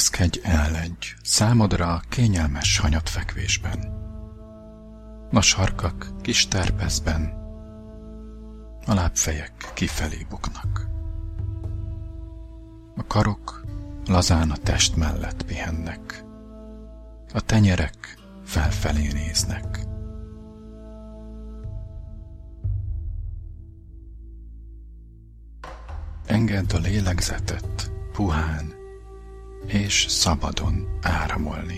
Helyezkedj el egy számodra kényelmes hanyatfekvésben. A sarkak kis terpeszben, a lábfejek kifelé buknak. A karok lazán a test mellett pihennek, a tenyerek felfelé néznek. Engedd a lélegzetet puhán és szabadon áramolni.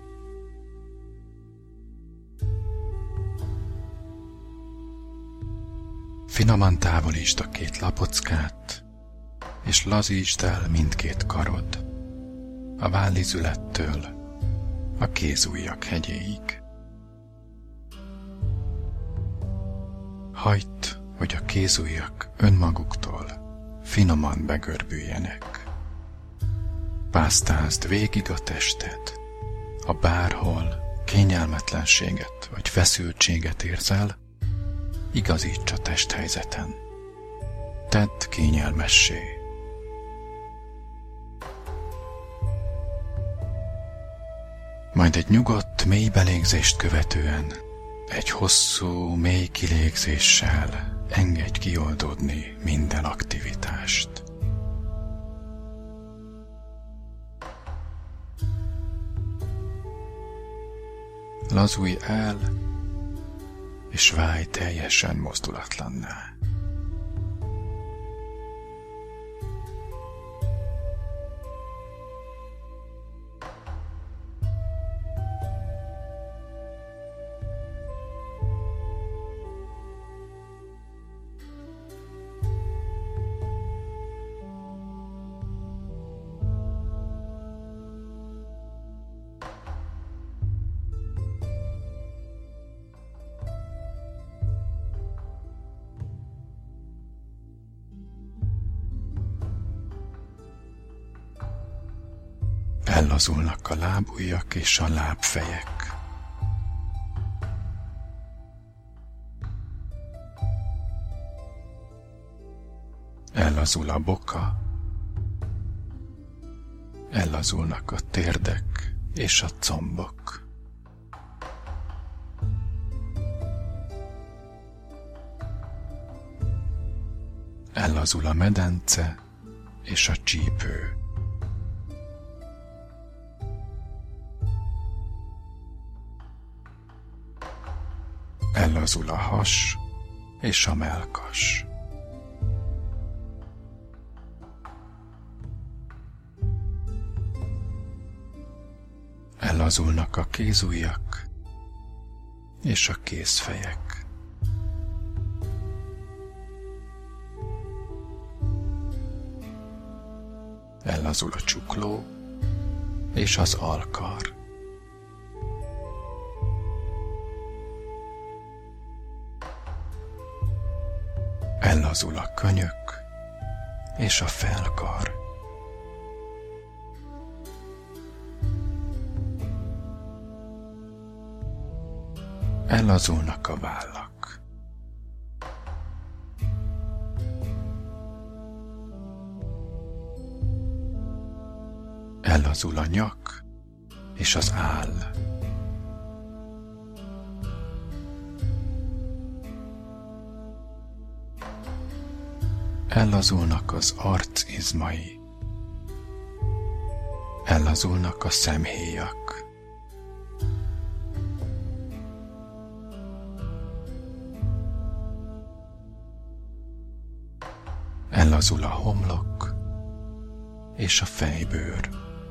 Finoman távolítsd a két lapockát, és lazítsd el mindkét karod, a vállizülettől a kézujjak hegyéig. Hagyd, hogy a kézujjak önmaguktól finoman begörbüljenek. Pásztázd végig a tested, ha bárhol kényelmetlenséget vagy feszültséget érzel, igazíts a testhelyzeten. Tedd kényelmessé. Majd egy nyugodt, mély belégzést követően, egy hosszú, mély kilégzéssel engedj kioldódni minden aktivitást. Lazulj el, és válj teljesen mozdulatlanná. Ellazulnak a lábujjak és a lábfejek. Ellazul a boka, ellazulnak a térdek és a combok. Ellazul a medence és a csípő. Ellazul a has és a mellkas. Ellazulnak a kézujjak és a kézfejek. Ellazul a csukló és az alkar. Ellazul a könyök és a felkar. Ellazulnak a vállak. Ellazul a nyak és az áll. Ellazulnak az arc izmai. Ellazulnak a szemhéjak. Ellazul a homlok és a fejbőr.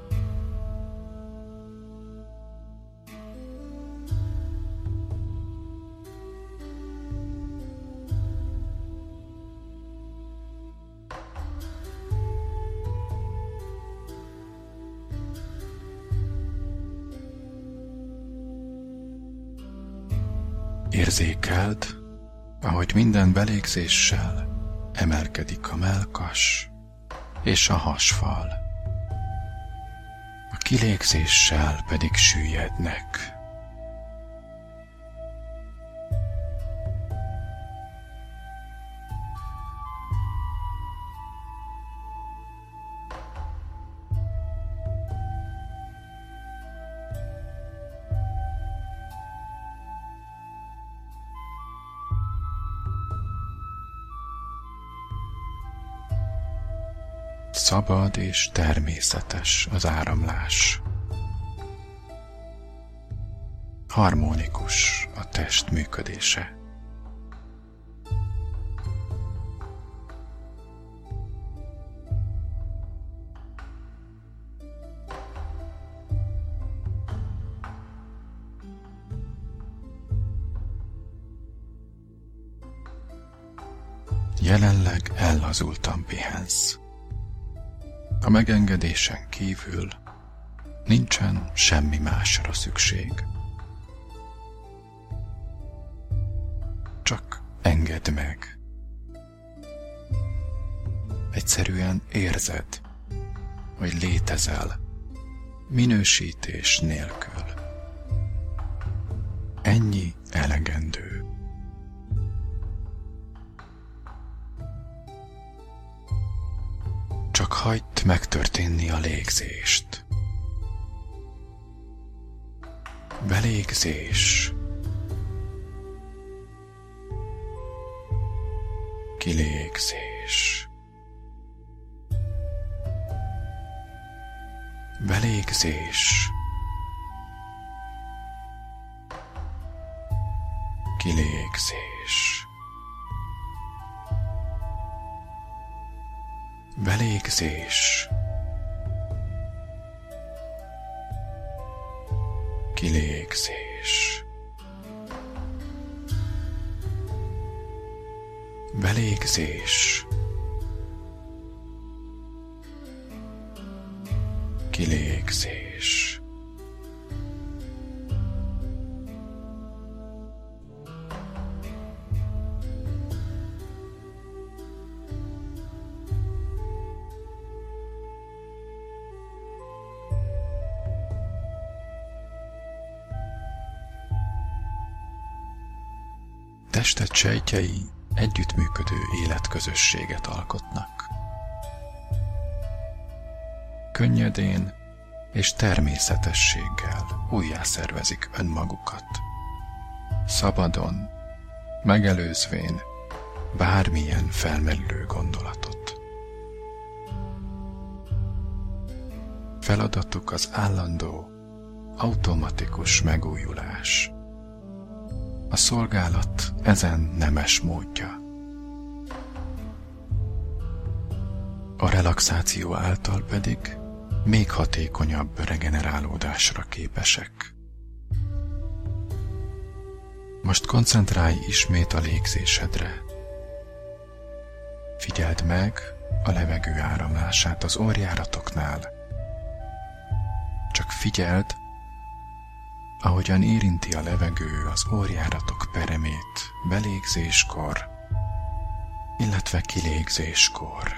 Érzékeld, ahogy minden belégzéssel emelkedik a mellkas és a hasfal, a kilégzéssel pedig süllyednek. Szabad és természetes az áramlás. Harmonikus a test működése. Jelenleg ellazultan pihensz. A megengedésen kívül nincsen semmi másra szükség. Csak engedd meg. Egyszerűen érzed, hogy létezel, minősítés nélkül. Ennyi elegendő. Csak hagyd megtörténni a légzést. Belégzés. Kilégzés. Belégzés. Kilégzés. Belégzés. Kilégzés. Belégzés. Kilégzés. Tested sejtjei együttműködő életközösséget alkotnak. Könnyedén és természetességgel újjászervezik önmagukat. Szabadon, megelőzvén bármilyen felmerülő gondolatot. Feladatuk az állandó, automatikus megújulás. A szolgálat ezen nemes módja. A relaxáció által pedig még hatékonyabb regenerálódásra képesek. Most koncentrálj ismét a légzésedre. Figyeld meg a levegő áramlását az orrjáratoknál. Csak figyeld, ahogyan érinti a levegő az orrjáratok peremét belégzéskor, illetve kilégzéskor.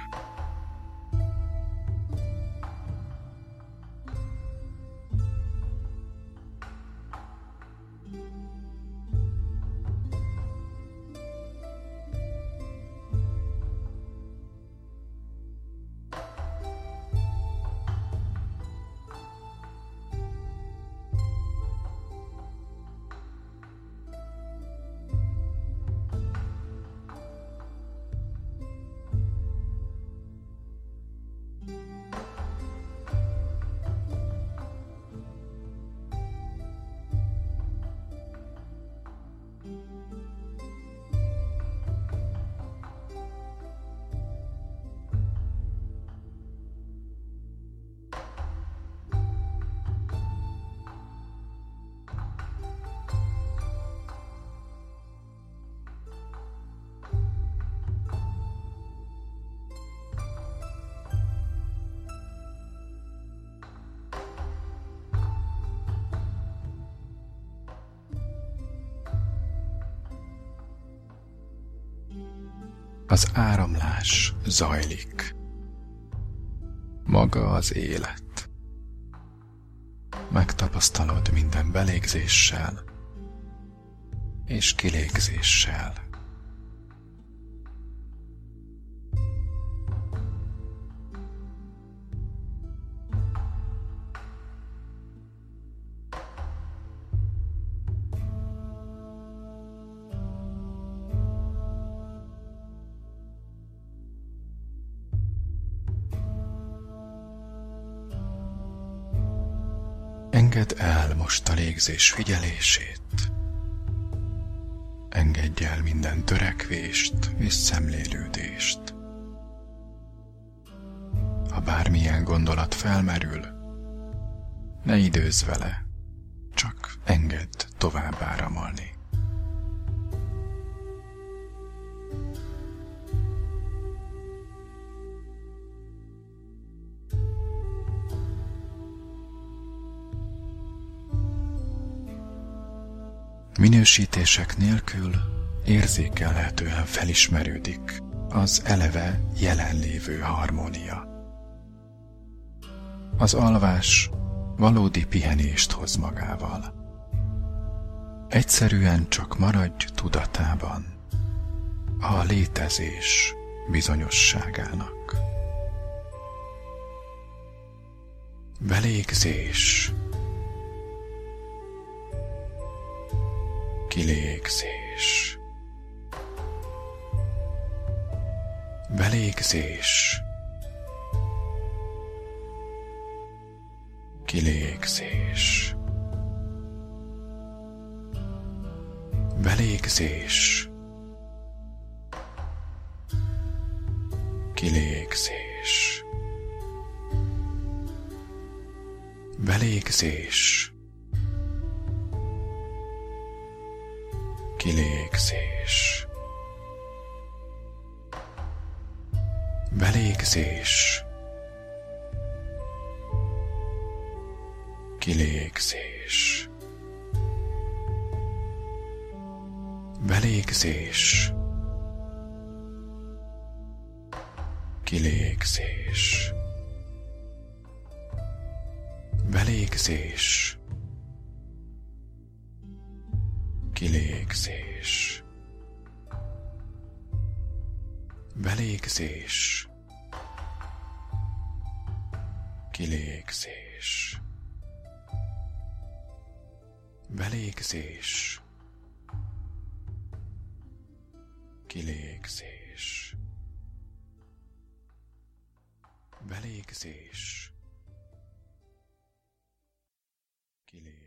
Az áramlás zajlik. Maga az élet. Megtapasztalod minden belégzéssel és kilégzéssel. Engedd el most a légzés figyelését. Engedj el minden törekvést és szemlélődést. Ha bármilyen gondolat felmerül, ne időzz vele, csak engedd tovább áramolni. Minősítések nélkül érzékelhetően felismerődik az eleve jelenlévő harmónia. Az alvás valódi pihenést hoz magával. Egyszerűen csak maradj tudatában a létezés bizonyosságának. Belégzés, kilégzés, belégzés, kilégzés, belégzés, kilégzés, belégzés, kilégzés, belégzés, kilégzés, belégzés, kilégzés, belégzés, kilégzés, belégzés, kilégzés, belégzés, kilégzés, belégzés, kilégzés.